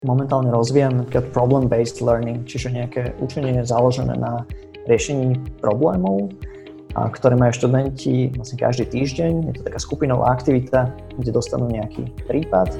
Momentálne rozvíjam napríklad problem-based learning, čiže nejaké učenie založené na riešení problémov, ktoré majú študenti vlastne každý týždeň. Je to taká skupinová aktivita, kde dostanú nejaký prípad.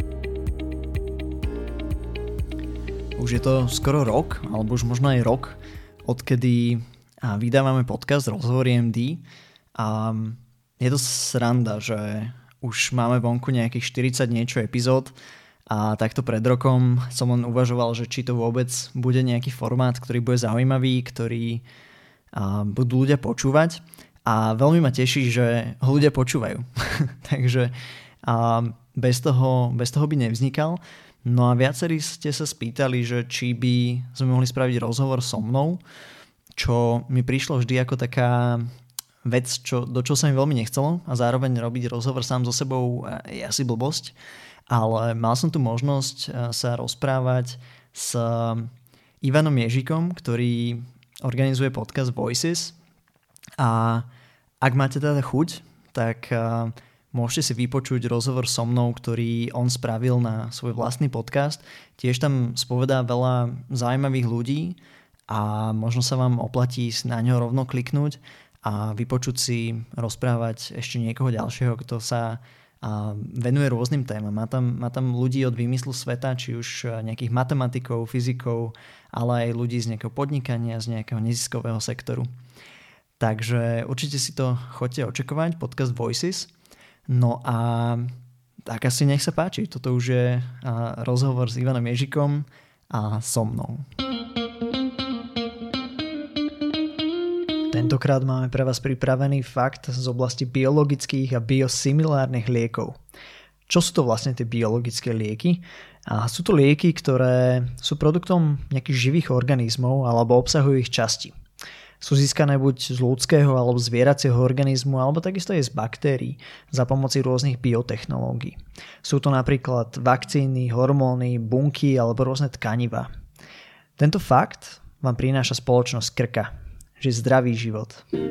Už je to skoro rok, alebo už možno aj rok, odkedy vydávame podcast Rozhovory MD. A je to sranda, že už máme vonku nejakých 40 niečo epizód. A takto pred rokom som len uvažoval, že či to vôbec bude nejaký formát, ktorý bude zaujímavý, ktorý budú ľudia počúvať. A veľmi ma teší, že ho ľudia počúvajú. Takže bez toho by nevznikal. No a viacerí ste sa spýtali, že či by sme mohli spraviť rozhovor so mnou, čo mi prišlo vždy ako taká vec, do čoho sa mi veľmi nechcelo, a zároveň robiť rozhovor sám so sebou je asi blbosť. Ale mal som tu možnosť sa rozprávať s Ivanom Ježikom, ktorý organizuje podcast Voices. A ak máte teda chuť, tak môžete si vypočuť rozhovor so mnou, ktorý on spravil na svoj vlastný podcast. Tiež tam spovedá veľa zaujímavých ľudí a možno sa vám oplatí na ňo rovno kliknúť a vypočuť si rozprávať ešte niekoho ďalšieho, kto sa venuje rôznym témam. Má tam ľudí od výmyslu sveta, či už nejakých matematikov, fyzikov, ale aj ľudí z nejakého podnikania, z nejakého neziskového sektoru. Takže určite si to choďte očakovať, podcast Voices. No a tak asi nech sa páči. Toto už je rozhovor s Ivanom Ježikom a so mnou. Tentokrát máme pre vás pripravený fakt z oblasti biologických a biosimilárnych liekov. Čo sú to vlastne tie biologické lieky? Sú to lieky, ktoré sú produktom nejakých živých organizmov alebo obsahujú ich časti. Sú získané buď z ľudského alebo zvieracieho organizmu, alebo takisto aj z baktérií za pomoci rôznych biotechnológií. Sú to napríklad vakcíny, hormóny, bunky alebo rôzne tkanivá. Tento fakt vám prináša spoločnosť Krka. Že zdravý život.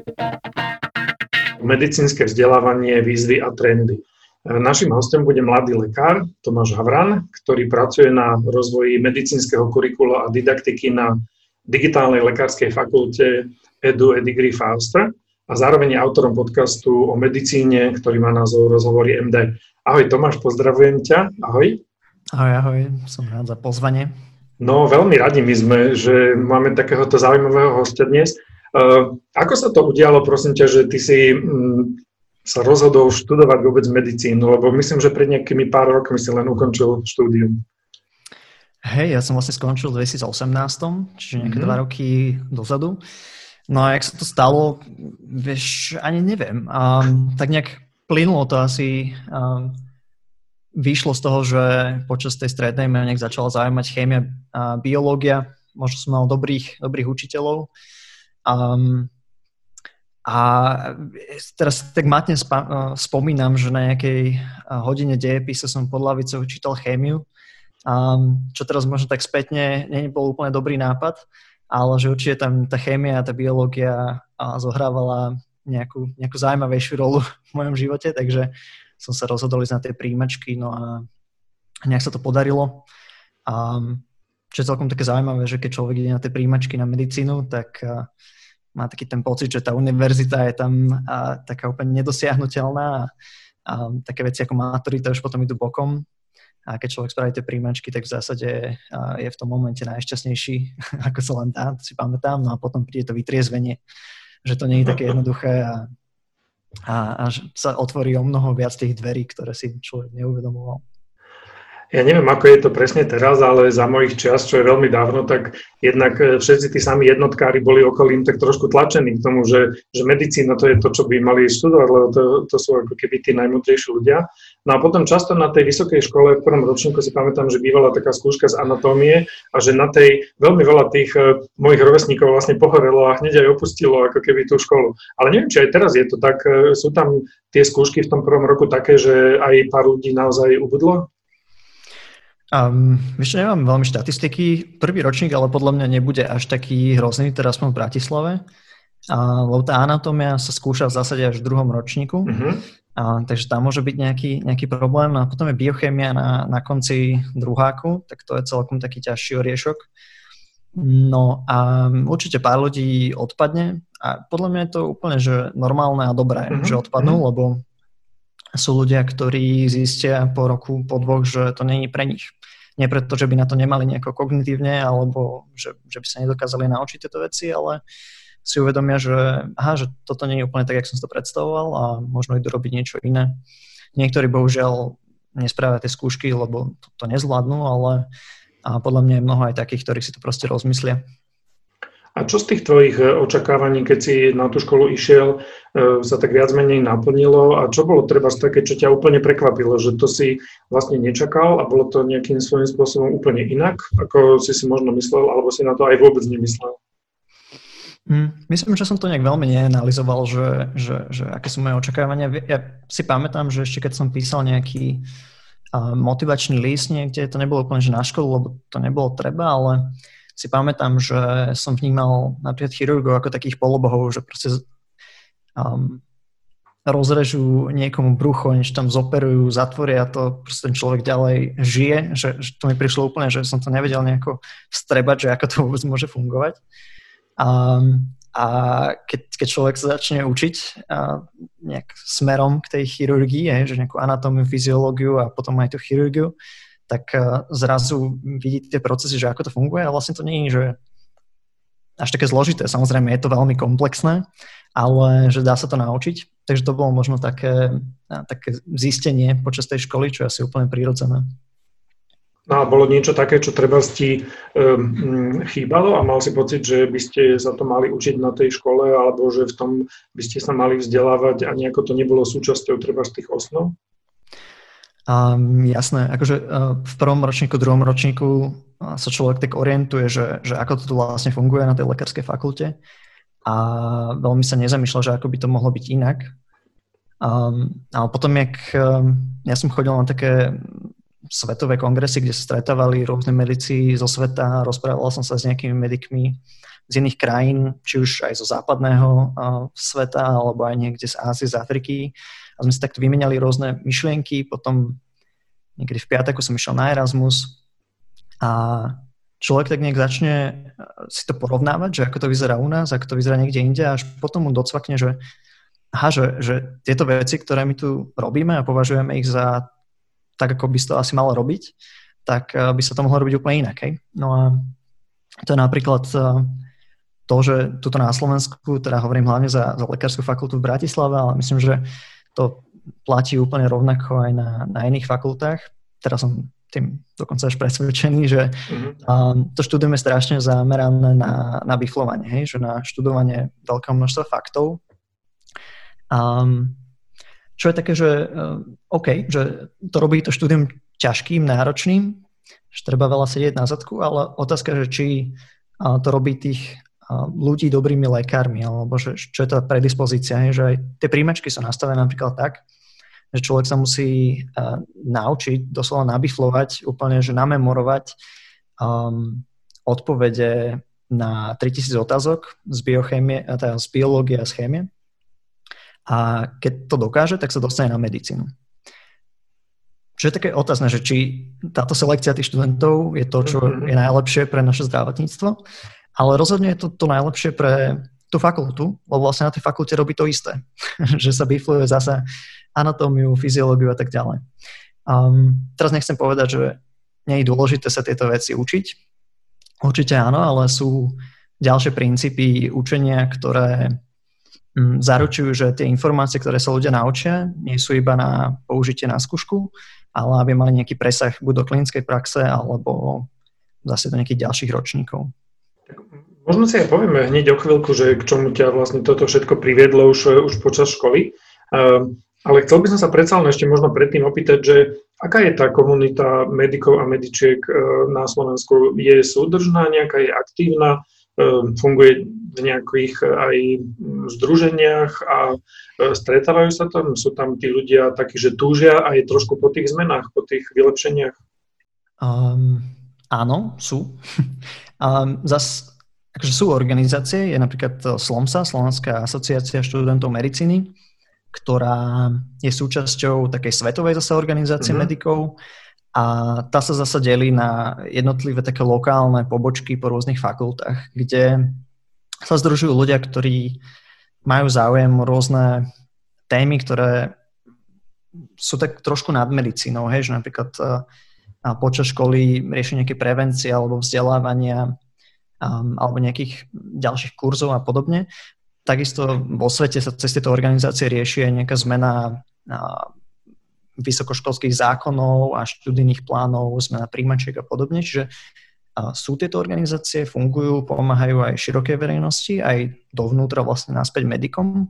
Medicínske vzdelávanie, výzvy a trendy. Naším hostom bude mladý lekár Tomáš Havran, ktorý pracuje na rozvoji medicínskeho kurikula a didaktiky na Digitálnej lekárskej fakulte EDU Edigri Faustra a zároveň je autorom podcastu o medicíne, ktorý má názov Rozhovory MD. Ahoj Tomáš, pozdravujem ťa. Ahoj. Ahoj, som rád za pozvanie. No, veľmi radi my sme, že máme takéhoto zaujímavého hostia dnes. Ako sa to udialo, prosím ťa, že ty si sa rozhodol študovať vôbec medicínu, lebo myslím, že pred nejakými pár rokmi si len ukončil štúdium. Hej, ja som vlastne skončil v 2018, čiže nejaké 2 roky dozadu. No a jak sa to stalo, vieš, ani neviem. Tak nejak plynulo to asi. Vyšlo z toho, že počas tej strednej ma nejak začala zaujímať chémia a biológia. Možno som mal dobrých učiteľov. A teraz tak matne spomínam, že na nejakej hodine dejepisu som pod lavicou čítal chémiu, čo teraz možno tak spätne nebol úplne dobrý nápad, ale že určite tam tá chémia a tá biológia zohrávala nejakú zaujímavejšiu rolu v mojom živote, takže som sa rozhodol ísť na tie príjmačky, no a nejak sa to podarilo. Čo je celkom také zaujímavé, že keď človek ide na tie príjmačky na medicínu, tak má taký ten pocit, že tá univerzita je tam taká úplne nedosiahnuteľná a také veci ako maturita už potom idú bokom. A keď človek spraví tie príjmačky, tak v zásade je v tom momente najšťastnejší, ako sa len dá, to si pamätám. No a potom príde to vytriezvenie, že to nie je také jednoduché a sa otvorí o mnoho viac tých dverí, ktoré si človek neuvedomoval. Ja neviem, ako je to presne teraz, ale za mojich čias, čo je veľmi dávno, tak jednak všetci tí sami jednotkári boli okolím tak trošku tlačení k tomu, že medicína to je to, čo by mali študovať, lebo to sú ako keby tí najmúdrejší ľudia. No a potom často na tej vysokej škole v prvom ročníku si pamätám, že bývala taká skúška z anatómie a že na tej veľmi veľa tých mojich rovesníkov vlastne pohorelo a hneď aj opustilo ako keby tú školu. Ale neviem, či aj teraz je to tak, sú tam tie skúšky v tom prvom roku také, že aj pár ľudí naozaj ubudlo? Ešte nemám veľmi štatistiky. Prvý ročník ale podľa mňa nebude až taký hrozný, teraz sme v Bratislave. Lebo tá anatómia sa skúša v zásade až v druhom ročníku. Takže tam môže byť nejaký problém. No a potom je biochémia na konci druháku, tak to je celkom taký ťažší oriešok. No a určite pár ľudí odpadne a podľa mňa je to úplne že normálne a dobré, že odpadnú, lebo sú ľudia, ktorí zistia po roku, po dvoch, že to nie je pre nich. Nie preto, že by na to nemali nejako kognitívne alebo že by sa nedokázali naučiť tieto veci, ale si uvedomia, že toto nie je úplne tak, jak som si to predstavoval a možno idú robiť niečo iné. Niektorí bohužiaľ nespravia tie skúšky, lebo to nezvládnu, ale podľa mňa je mnoho aj takých, ktorí si to proste rozmyslia. A čo z tých tvojich očakávaní, keď si na tú školu išiel, sa tak viac menej naplnilo a čo bolo treba také, čo ťa úplne prekvapilo, že to si vlastne nečakal a bolo to nejakým svojím spôsobom úplne inak, ako si možno myslel, alebo si na to aj vôbec nemyslel? Myslím, že som to nejak veľmi neanalizoval, že aké sú moje očakávania. Ja si pamätám, že ešte keď som písal nejaký motivačný list niekde, to nebolo úplne že na školu, lebo to nebolo treba, ale si pamätám, že som vnímal napríklad chirurgov ako takých polobohov, že proste rozrežú niekomu brucho, niečo tam zoperujú, zatvoria to, proste ten človek ďalej žije, že to mi prišlo úplne, že som to nevedel nejako vstrebať, že ako to vôbec môže fungovať. A keď človek sa začne učiť nejak smerom k tej chirurgii, že nejakú anatómiu, fyziológiu a potom aj tú chirurgiu, tak zrazu vidí tie procesy, že ako to funguje a vlastne to nie je, že až také zložité. Samozrejme je to veľmi komplexné, ale že dá sa to naučiť. Takže to bolo možno také zistenie počas tej školy, čo je asi úplne prirodzené. No a bolo niečo také, čo treba ti chýbalo a mal si pocit, že by ste sa to mali učiť na tej škole alebo že v tom by ste sa mali vzdelávať a nejako to nebolo súčasťou treba z tých osnov? Jasné, akože v prvom ročníku, druhom ročníku sa človek tak orientuje, že ako to tu vlastne funguje na tej lekárskej fakulte a veľmi sa nezamýšľa, že ako by to mohlo byť inak. Ale potom, ja som chodil na také svetové kongresy, kde sa stretávali rôzne medici zo sveta, rozprával som sa s nejakými medikmi z iných krajín, či už aj zo západného sveta, alebo aj niekde z Ázie, z Afriky. A sme si takto vymenali rôzne myšlienky, potom niekedy v piateku som išiel na Erasmus a človek tak nejak začne si to porovnávať, že ako to vyzerá u nás, ako to vyzerá niekde inde, až potom mu docvakne, že tieto veci, ktoré my tu robíme a považujeme ich za tak, ako by to asi malo robiť, tak by sa to mohlo robiť úplne inak. Hej? No a to je napríklad to, že tuto na Slovensku, teda hovorím hlavne za lekárskú fakultu v Bratislave, ale myslím, že to platí úplne rovnako aj na iných fakultách. Teraz som tým dokonca až presvedčený, že to štúdium je strašne zamerané na biflovanie, hej? Že na študovanie veľkého množstva faktov. Čo je také, že OK, že to robí to štúdium ťažkým, náročným, že treba veľa sedieť na zadku, ale otázka, že či to robí tých ľudí dobrými lekármi, alebo že, čo je tá predispozícia, že aj tie príjmačky sú nastavené napríklad tak, že človek sa musí naučiť, doslova nabiflovať, úplne, že namemorovať odpovede na 3000 otázok z biochémie, teda z biológie a z chémie. A keď to dokáže, tak sa dostane na medicínu. Čo je také otázne, že či táto selekcia tých študentov je to, čo je najlepšie pre naše zdravotníctvo, ale rozhodne je to najlepšie pre tú fakultu, lebo vlastne na tej fakulte robí to isté. Že sa bifluje zasa anatómiu, fyziológiu a tak ďalej. Teraz nechcem povedať, že nie je dôležité sa tieto veci učiť. Určite áno, ale sú ďalšie princípy učenia, ktoré zaručujú, že tie informácie, ktoré sa ľudia naučia, nie sú iba na použitie na skúšku, ale aby mali nejaký presah buď do klinickej praxe, alebo zase do nejakých ďalších ročníkov. Možno si aj povieme hneď o chvíľku, že k čomu ťa vlastne toto všetko priviedlo už počas školy. Ale chcel by som sa predsa len ešte možno predtým opýtať, že aká je tá komunita medikov a medičiek na Slovensku? Je súdržná, nejaká je aktívna? Funguje v nejakých aj združeniach a stretávajú sa tam? Sú tam tí ľudia takí, že túžia aj trošku po tých zmenách, po tých vylepšeniach? Áno, sú. Akože sú organizácie, je napríklad SLOMSA, Slovenská asociácia študentov medicíny, ktorá je súčasťou takej svetovej zase organizácie medikov a tá sa zasa delí na jednotlivé také lokálne pobočky po rôznych fakultách, kde sa združujú ľudia, ktorí majú záujem o rôzne témy, ktoré sú tak trošku nad medicínou, hej, že napríklad počas školy riešia nejaké prevencie alebo vzdelávania alebo nejakých ďalších kurzov a podobne. Takisto vo svete sa cez tieto organizácie rieši aj nejaká zmena vysokoškolských zákonov a študijných plánov, zmena príjmačiek a podobne. Čiže sú tieto organizácie, fungujú, pomáhajú aj širokej verejnosti, aj dovnútra vlastne naspäť medikom.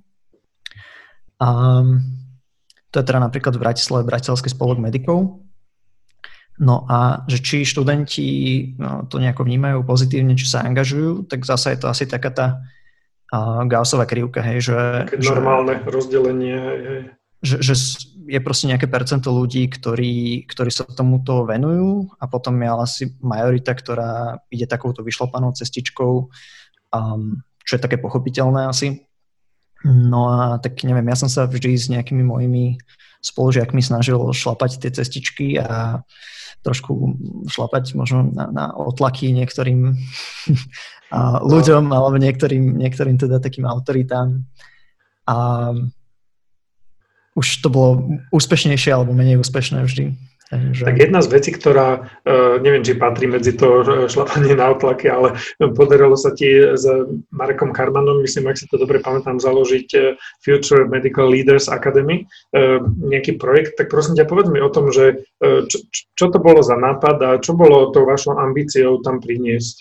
To je teda napríklad v Bratislave Bratislavský spolok medikov. No a že či študenti to nejako vnímajú pozitívne, či sa angažujú, tak zase je to asi taká tá Gaussová krivka, hej, že normálne rozdelenie, hej. Že je proste nejaké percento ľudí, ktorí sa tomuto venujú a potom je asi majorita, ktorá ide takouto vyšlapanou cestičkou, čo je také pochopiteľné asi. No a tak neviem, ja som sa vždy s nejakými mojimi spolužiakmi snažil šlapať tie cestičky a trošku šlapať možno na otlaky niektorým ľuďom alebo niektorým teda takým autoritám. A už to bolo úspešnejšie alebo menej úspešné vždy. Takže... Tak jedna z vecí, ktorá, neviem, či patrí medzi to šlapanie na otlaky, ale podarilo sa ti s Marekom Karmanom, myslím, ak si to dobre pamätám, založiť Future Medical Leaders Academy, nejaký projekt, tak prosím ťa, povedz mi o tom, že čo to bolo za nápad a čo bolo tou vašou ambíciou tam priniesť?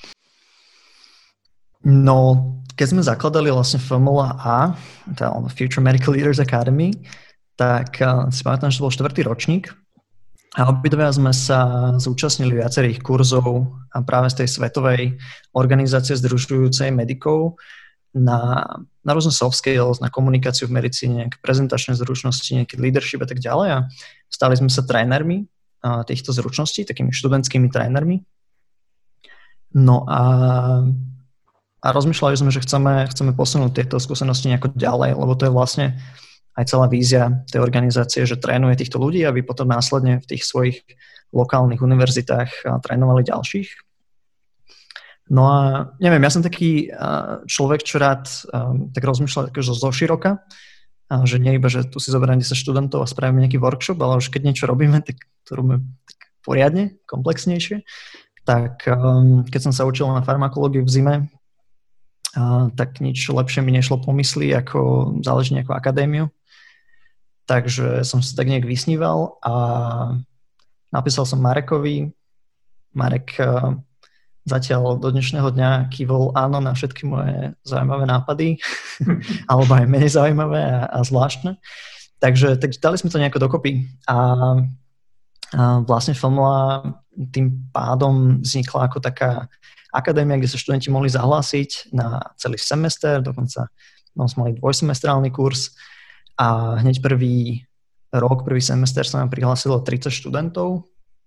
No, keď sme zakladali vlastne Formula A, teda Future Medical Leaders Academy, tak si pamätám, že to bol 4. ročník. A obidva sme sa zúčastnili viacerých kurzov a práve z tej svetovej organizácie združujúcej medikov na rôzne soft skills, na komunikáciu v medicíne, nejaké prezentačné zručnosti, nejaký leadership a tak ďalej. A stali sme sa trénermi týchto zručností, takými študentskými trénermi. No a rozmýšľali sme, že chceme posunúť tieto skúsenosti nejako ďalej, lebo to je vlastne aj celá vízia tej organizácie, že trénuje týchto ľudí, aby potom následne v tých svojich lokálnych univerzitách trénovali ďalších. No a neviem, ja som taký človek, čo rád tak rozmýšľa zo široka, že nie iba, že tu si zoberiem 10 študentov a spravíme nejaký workshop, ale už keď niečo robíme, tak to robíme tak poriadne, komplexnejšie. Tak keď som sa učil na farmakológiu v zime, tak nič lepšie mi nešlo po mysli, ako založiť nejakú akadémiu. Takže som sa tak nejak vysníval a napísal som Marekovi. Marek zatiaľ do dnešného dňa kývol áno na všetky moje zaujímavé nápady, alebo aj menej zaujímavé a zvláštne. Takže dali sme to nejako dokopy a vlastne Formula tým pádom vznikla ako taká akadémia, kde sa študenti mohli zahlásiť na celý semester, dokonca sme mali dvojsemestrálny kurz a hneď prvý semester sa nám prihlásilo 30 študentov.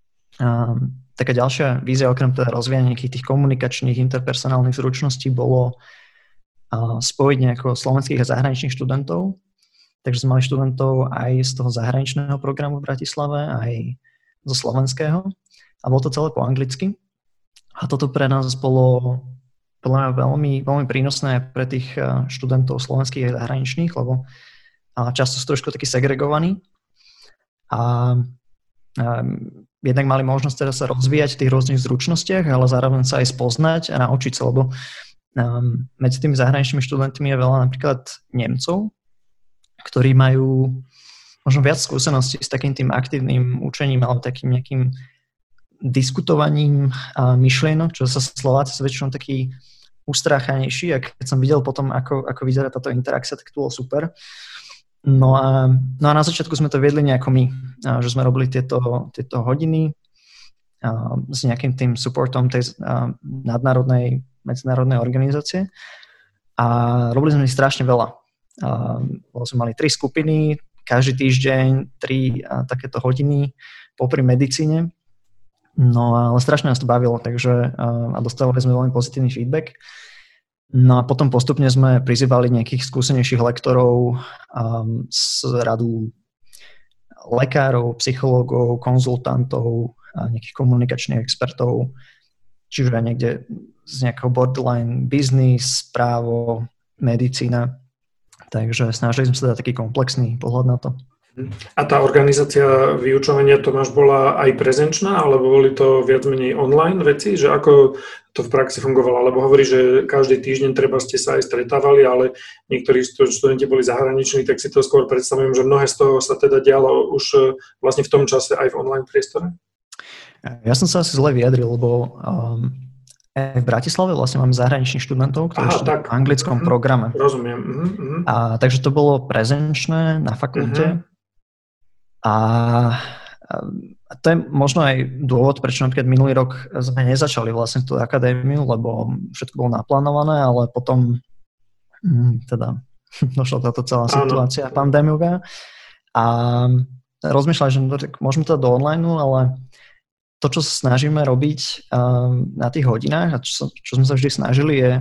Taká ďalšia vízia, okrem teda rozvíjania nejakých tých komunikačných, interpersonálnych zručností, bolo spojiť nejako slovenských a zahraničných študentov. Takže sme mali študentov aj z toho zahraničného programu v Bratislave, aj zo slovenského. A bolo to celé po anglicky. A toto pre nás bolo podľa mňa veľmi, veľmi prínosné pre tých študentov slovenských a zahraničných, lebo často sú trošku takí segregovaní. A jednak mali možnosť teda sa rozvíjať v tých rôznych zručnostiach, ale zároveň sa aj spoznať a naučiť sa, lebo medzi tými zahraničnými študentmi je veľa napríklad Nemcov, ktorí majú možno viac skúseností s takým tým aktívnym učením alebo takým nejakým diskutovaním myšlienok, čo sa Slováci sú väčšinou takí ustráchanejší, a keď som videl potom, ako vyzerá táto interakcia, tak to bolo super. No a na začiatku sme to viedli nejako my, že sme robili tieto hodiny s nejakým tým supportom tej nadnárodnej, medzinárodnej organizácie a robili sme ich strašne veľa. Sme mali 3 skupiny, každý týždeň 3 takéto hodiny popri medicíne. No ale strašne nás to bavilo, takže a dostávali sme veľmi pozitívny feedback. No a potom postupne sme prizývali nejakých skúsenejších lektorov z radu lekárov, psychológov, konzultantov a nejakých komunikačných expertov, čiže niekde z nejakého borderline business, právo, medicína. Takže snažili sme sa dať taký komplexný pohľad na to. A tá organizácia vyučovania, Tomáš, bola aj prezenčná, alebo boli to viac menej online veci? Že ako to v praxi fungovalo? Alebo hovorí, že každý týždeň treba ste sa aj stretávali, ale niektorí študenti boli zahraniční, tak si to skôr predstavujem, že mnohé z toho sa teda dialo už vlastne v tom čase aj v online priestore? Ja som sa asi zle vyjadril, lebo v Bratislave vlastne máme zahraničných študentov, ktorí študujú v anglickom programe. Rozumiem. A takže to bolo prezenčné na fakulte. A to je možno aj dôvod, prečo napríklad minulý rok sme nezačali vlastne tú akadémiu, lebo všetko bolo naplánované, ale potom teda došla táto celá situácia pandémiová. A rozmýšľali, že môžeme to dať do online, ale to, čo sa snažíme robiť na tých hodinách a čo sme sa vždy snažili je,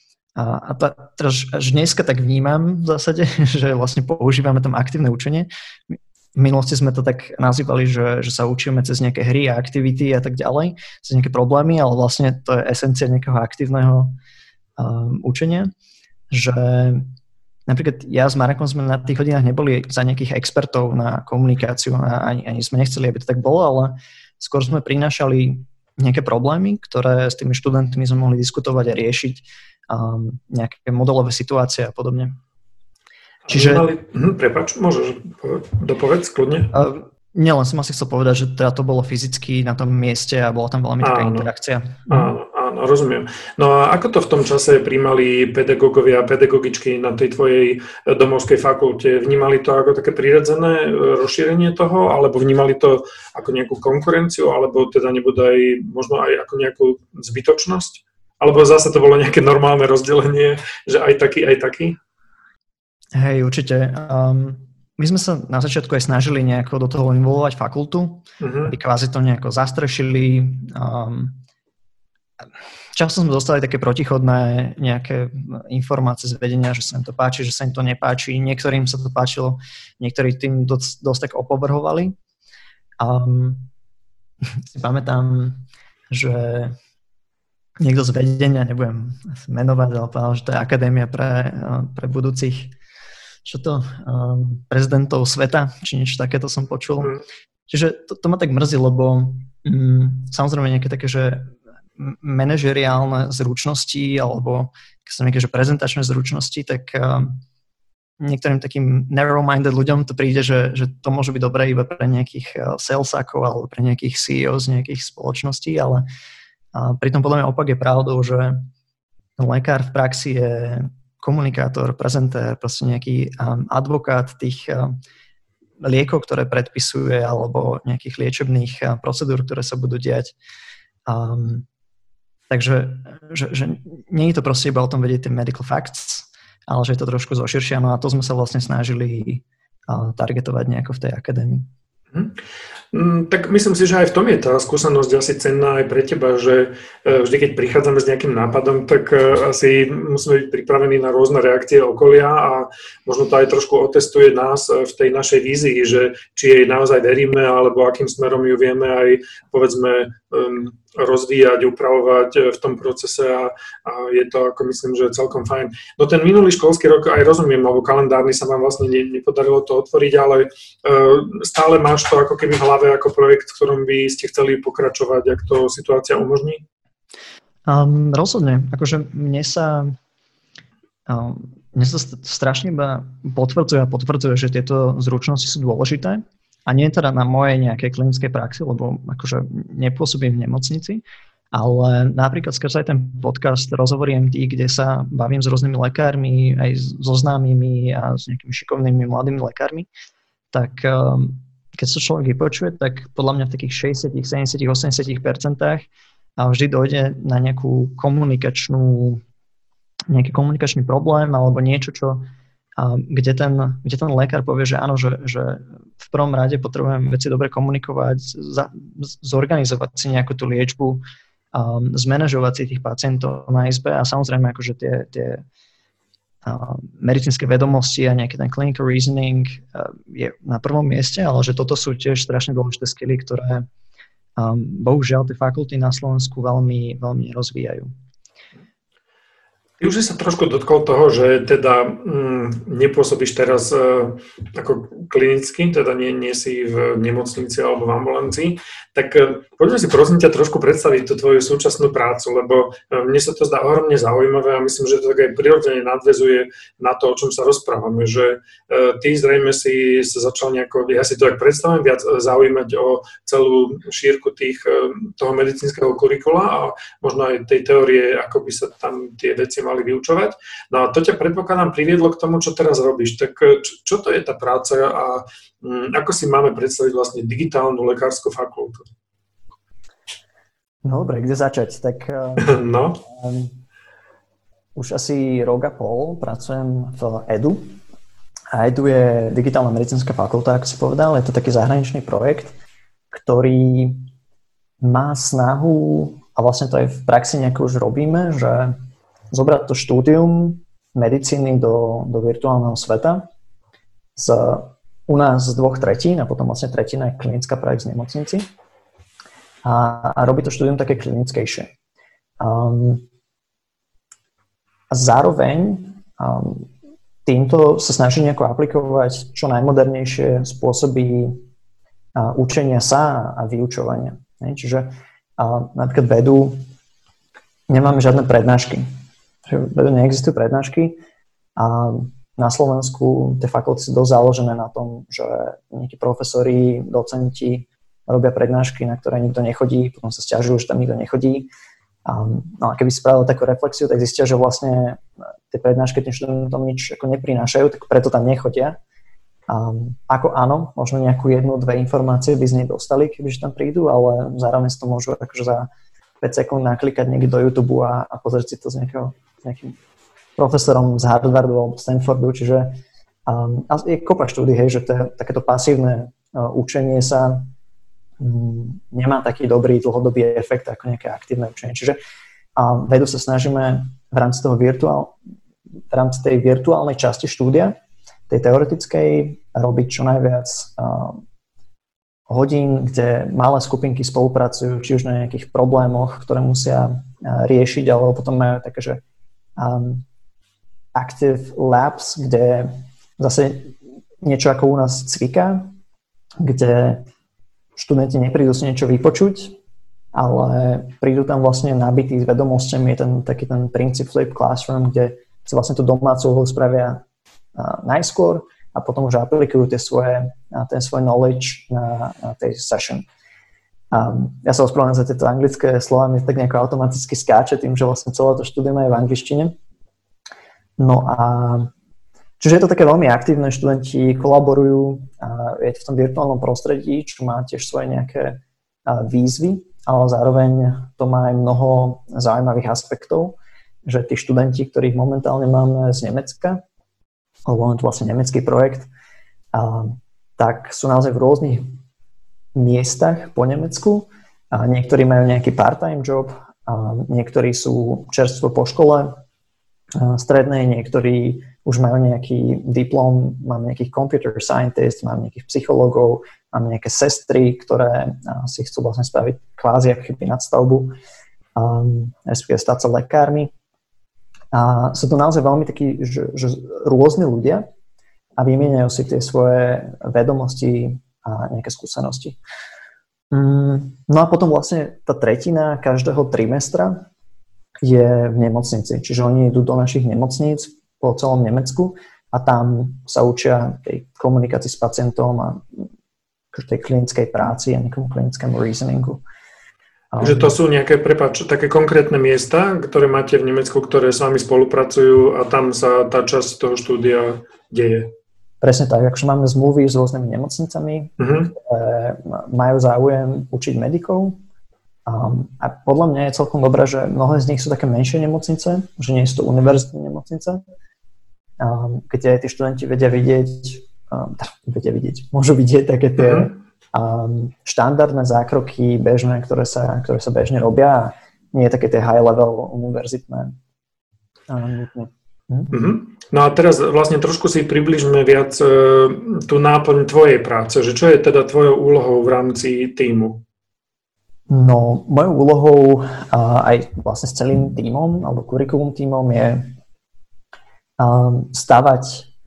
teraz až dneska tak vnímam v zásade, že vlastne používame tam aktívne učenie. V minulosti sme to tak nazývali, že sa učíme cez nejaké hry a aktivity a tak ďalej, cez nejaké problémy, ale vlastne to je esencia nejakého aktívneho učenia, že napríklad ja s Marekom sme na tých hodinách neboli za nejakých expertov na komunikáciu a ani sme nechceli, aby to tak bolo, ale skôr sme prinášali nejaké problémy, ktoré s tými študentmi sme mohli diskutovať a riešiť nejaké modelové situácie a podobne. Čiže... Prepáč, môžeš dopovedz kľudne? Nielen som asi chcel povedať, že teda to bolo fyzicky na tom mieste a bola tam veľmi taká interakcia. Áno, rozumiem. No a ako to v tom čase príjmali pedagógovia a pedagogičky na tej tvojej domovskej fakulte? Vnímali to ako také prirodzené rozšírenie toho, alebo vnímali to ako nejakú konkurenciu, alebo teda nebude aj možno aj ako nejakú zbytočnosť? Alebo zase to bolo nejaké normálne rozdelenie, že aj taký, aj taký? Hej, určite. My sme sa na začiatku aj snažili nejako do toho involovať fakultu, aby kvázi to nejako zastrešili. Často sme dostali také protichodné nejaké informácie z vedenia, že sa im to páči, že sa im to nepáči. Niektorým sa to páčilo, niektorí tým dosť tak opovrhovali. Si pamätám, že niekto z vedenia, nebudem menovať, ale povedal, že to je akadémia pre budúcich prezidentov sveta, či niečo takéto som počul. Čiže to ma tak mrzí, lebo samozrejme nejaké také, že manažeriálne zručnosti alebo keď sa nejaké, že prezentačné zručnosti, tak niektorým takým narrow-minded ľuďom to príde, že to môže byť dobré iba pre nejakých salesákov alebo pre nejakých CEO z nejakých spoločností, ale pritom podľa mňa opak je pravdou, že lekár v praxi je komunikátor, prezentér, proste nejaký advokát tých liekov, ktoré predpisuje, alebo nejakých liečebných procedúr, ktoré sa budú diať. Takže že nie je to proste iba o tom vedieť tie medical facts, ale že je to trošku zoširšia, no a to sme sa vlastne snažili targetovať nejako v tej akadémii. Tak myslím si, že aj v tom je tá skúsenosť asi cenná aj pre teba, že vždy, keď prichádzame s nejakým nápadom, tak asi musíme byť pripravení na rôzne reakcie okolia a možno to aj trošku otestuje nás v tej našej vízii, že či jej naozaj veríme, alebo akým smerom ju vieme aj, povedzme, rozvíjať, upravovať v tom procese a je to, ako myslím, že celkom fajn. No ten minulý školský rok aj rozumiem, alebo kalendárny sa vám vlastne nepodarilo to otvoriť, ale stále máš to ako keby v hlave ako projekt, v ktorom by ste chceli pokračovať, ak to situácia umožní? Rozhodne. Akože mne sa strašne iba potvrdzuje, že tieto zručnosti sú dôležité. A nie teda na mojej nejakej klinickej praxi, lebo akože nepôsobím v nemocnici, ale napríklad skrze aj ten podcast Rozhovory MD, kde sa bavím s rôznymi lekármi, aj so známymi a s nejakými šikovnými mladými lekármi, tak keď sa človek vypočuje, tak podľa mňa v takých 60, 70, 80% vždy dojde na nejaký komunikačný problém alebo niečo, kde ten lekár povie, že áno, že v prvom rade potrebujem veci dobre komunikovať, zorganizovať si nejakú tú liečbu zmanažovať si tých pacientov na izbe a samozrejme akože tie medicínske vedomosti a nejaký ten clinical reasoning je na prvom mieste, ale že toto sú tiež strašne dôležité skily, ktoré bohužiaľ tie fakulty na Slovensku veľmi, veľmi nerozvíjajú. Ty už si sa trošku dotkol toho, že teda nepôsobíš teraz ako klinicky, teda nie si v nemocnici alebo v ambulancii, tak poďme si prosím ťa trošku predstaviť tú tvoju súčasnú prácu, lebo mne sa to zdá ohromne zaujímavé a myslím, že to tak aj prirodzene nadväzuje na to, o čom sa rozprávame, že ty zrejme si sa začal nejako, ja si to tak predstavujem, viac zaujímať o celú šírku toho medicínskeho kurikula a možno aj tej teórie, ako by sa tam tie veci mali vyučovať. No a to ťa predpokladám priviedlo k tomu, čo teraz robíš. Tak čo to je tá práca a ako si máme predstaviť vlastne digitálnu lekárskú fakultu? No dobre, kde začať? Tak no. Už asi rok a pol pracujem v EDU. A EDU je digitálna medicínska fakulta, ako si povedal. Je to taký zahraničný projekt, ktorý má snahu, a vlastne to aj v praxi nejako už robíme, že zobrať to štúdium medicíny do virtuálneho sveta u nás z 2/3 a potom vlastne tretina je klinická prax v nemocnici a robí to štúdium také klinickejšie. A zároveň týmto sa snaží nejako aplikovať čo najmodernejšie spôsoby učenia sa a vyučovania. Čiže napríklad vedu nemáme žiadne prednášky. Vedu neexistujú prednášky a na Slovensku tie fakulty sú dosť založené na tom, že nejakí profesori, docenti robia prednášky, na ktoré nikto nechodí, potom sa sťažujú, že tam nikto nechodí. No a keby si spravil takú reflexiu, tak zistia, že vlastne tie prednášky tým študentom nič ako neprinášajú, tak preto tam nechodia. Ako áno, možno nejakú 1-2 informácie by z nej dostali, kebyže tam prídu, ale zároveň si to môžu akože za 5 sekúnd naklikať niekde do YouTube a pozrieť si to s nejakým profesorom z Harvardu alebo Stanfordu, čiže je kopa štúdí, hej, že takéto pasívne učenie sa nemá taký dobrý dlhodobý efekt ako nejaké aktívne učenie. Čiže vedu sa snažíme v rámci tej virtuálnej časti štúdia, tej teoretickej, robiť čo najviac hodín, kde malé skupinky spolupracujú, či už na nejakých problémoch, ktoré musia riešiť, alebo potom majú také, že active labs, kde zase niečo ako u nás cvika, kde študenti neprídu si niečo vypočuť, ale prídu tam vlastne nabití s vedomosťami. Je taký ten princíp Flip Classroom, kde si vlastne tú domácu úlohu spravia najskôr a potom už aplikujú ten svoj knowledge na tej session. Ja sa ospravedlňujem za tieto anglické slova, mi tak nejako automaticky skáče tým, že vlastne celé to štúdium je v angličtine. No a čiže je to také veľmi aktívne, študenti kolaborujú, je to v tom virtuálnom prostredí, čo má tiež svoje nejaké výzvy, ale zároveň to má aj mnoho zaujímavých aspektov, že tí študenti, ktorých momentálne máme z Nemecka, lebo je to vlastne nemecký projekt, tak sú naozaj v rôznych miestach po Nemecku. Niektorí majú nejaký part-time job, niektorí sú čerstvo po škole strednej, niektorí už majú nejaký diplom, máme nejakých computer scientist, máme nejakých psychológov, máme nejaké sestry, ktoré si chcú vlastne spraviť kvázi ako keby nadstavbu, respektíve stať sa lekármi. A sú to naozaj veľmi takí, že rôzni ľudia a vymieňajú si tie svoje vedomosti a nejaké skúsenosti. No a potom vlastne tá tretina každého trimestra je v nemocnici. Čiže oni idú do našich nemocníc po celom Nemecku a tam sa učia tej komunikácii s pacientom a tej klinickej práci a nejakom klinickému reasoningu. Že to sú nejaké, také konkrétne miesta, ktoré máte v Nemecku, ktoré s vami spolupracujú a tam sa tá časť toho štúdia deje. Presne tak, akože máme zmluvy s rôznymi nemocnicami, ktoré majú záujem učiť medikov. A podľa mňa je celkom dobré, že mnohé z nich sú také menšie nemocnice, že nie sú to univerzitné nemocnice, kde tí študenti môžu vidieť také tie štandardné zákroky bežné, ktoré sa bežne robia. nie je také tie high level univerzitné. No a teraz vlastne trošku si približme viac tú náplň tvojej práce, že čo je teda tvojou úlohou v rámci tímu? No, mojou úlohou aj vlastne s celým tímom alebo kurikulum tímom je stavať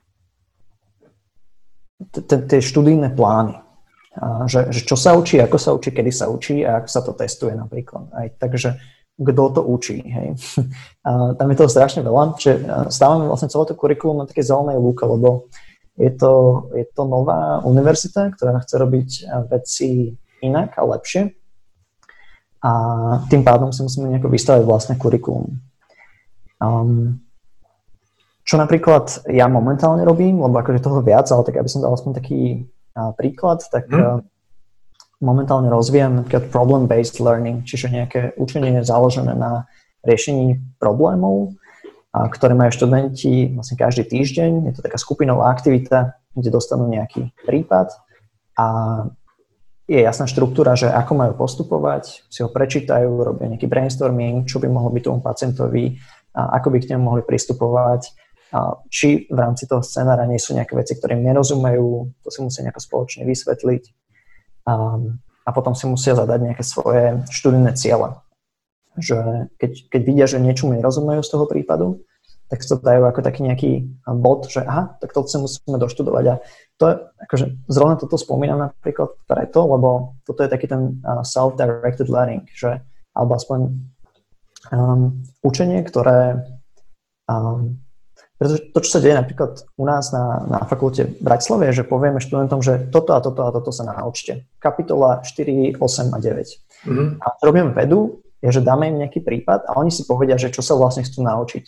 tie študijné plány. Že čo sa učí, ako sa učí, kedy sa učí a ako sa to testuje napríklad. Aj takže kto to učí, hej. Tam je toho strašne veľa, že stávame vlastne celé to kurikulum na také zelenej lúke, lebo je to nová univerzita, ktorá chce robiť veci inak a lepšie a tým pádom si musíme nejako vystavať vlastné kurikulum. Čo napríklad ja momentálne robím, lebo akože toho viac, ale tak aby som dal aspoň taký príklad, tak momentálne rozvíjam napríklad problem-based learning, čiže nejaké učenie založené na riešení problémov, ktoré majú študenti vlastne každý týždeň. Je to taká skupinová aktivita, kde dostanú nejaký prípad a je jasná štruktúra, že ako majú postupovať, si ho prečítajú, robia nejaký brainstorming, čo by mohlo byť tomu pacientovi, ako by k nemu mohli pristupovať, či v rámci toho scenára nie sú nejaké veci, ktoré im nerozumejú, to si musia nejako spoločne vysvetliť. A potom si musia zadať nejaké svoje študijné ciele. Že keď vidia, že niečomu nerozumejú z toho prípadu, tak to dajú ako taký nejaký bod, že aha, tak to si musíme doštudovať. A to je, akože zrovna toto spomínam napríklad preto, lebo toto je taký ten self-directed learning, že, alebo aspoň učenie, ktoré pretože to, čo sa deje napríklad u nás na fakulte v Bratislave, je, že povieme študentom, že toto a toto sa naučte. Kapitola 4, 8 a 9. A čo robíme vedu, je, že dáme im nejaký prípad a oni si povedia, že čo sa vlastne chcú naučiť.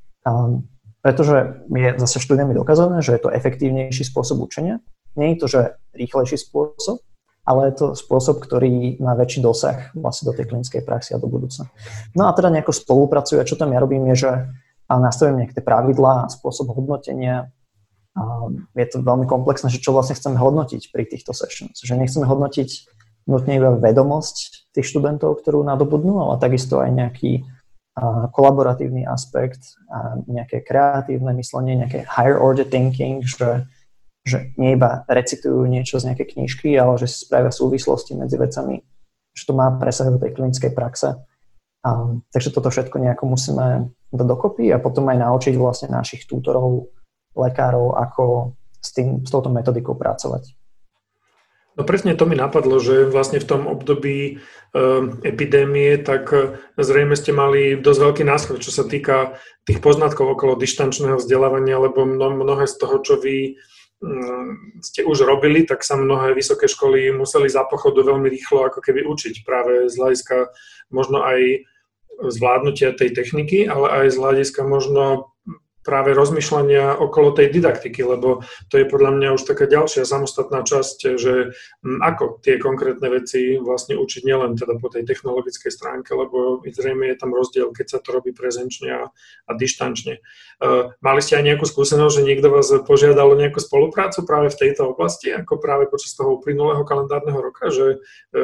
Pretože je zase štúdiami dokázané, že je to efektívnejší spôsob učenia. Nie je to, že rýchlejší spôsob, ale je to spôsob, ktorý má väčší dosah vlastne do tej klinickej praxi a do budúcna. No a teda nejako spolupracujú a čo tam ja robím je, že nastavím nejaké pravidlá, spôsob hodnotenia. Je to veľmi komplexné, že čo vlastne chceme hodnotiť pri týchto sessions. Že nechceme hodnotiť nutne iba vedomosť tých študentov, ktorú nadobudnú, ale takisto aj nejaký kolaboratívny aspekt, nejaké kreatívne myslenie, nejaké higher order thinking, že nie iba recitujú niečo z nejakej knižky, ale že si spravia súvislosti medzi vecami, že to má presah do tej klinickej praxe. Takže toto všetko nejako musíme dať dokopy a potom aj naučiť vlastne našich tutorov, lekárov, ako s touto metodikou pracovať. No presne to mi napadlo, že vlastne v tom období epidémie, tak zrejme ste mali dosť veľký náskok, čo sa týka tých poznatkov okolo dištančného vzdelávania, lebo mnohé z toho, čo vy ste už robili, tak sa mnohé vysoké školy museli za pochodu veľmi rýchlo ako keby učiť práve z hľadiska možno aj zvládnutia tej techniky, ale aj z hľadiska možno práve rozmýšľania okolo tej didaktiky, lebo to je podľa mňa už taká ďalšia samostatná časť, že ako tie konkrétne veci vlastne učiť nielen teda po tej technologickej stránke, lebo zrejme je tam rozdiel, keď sa to robí prezenčne a dištančne. Mali ste aj nejakú skúsenosť, že niekto vás požiadal o nejakú spoluprácu práve v tejto oblasti, ako práve počas toho uplynulého kalendárneho roka, že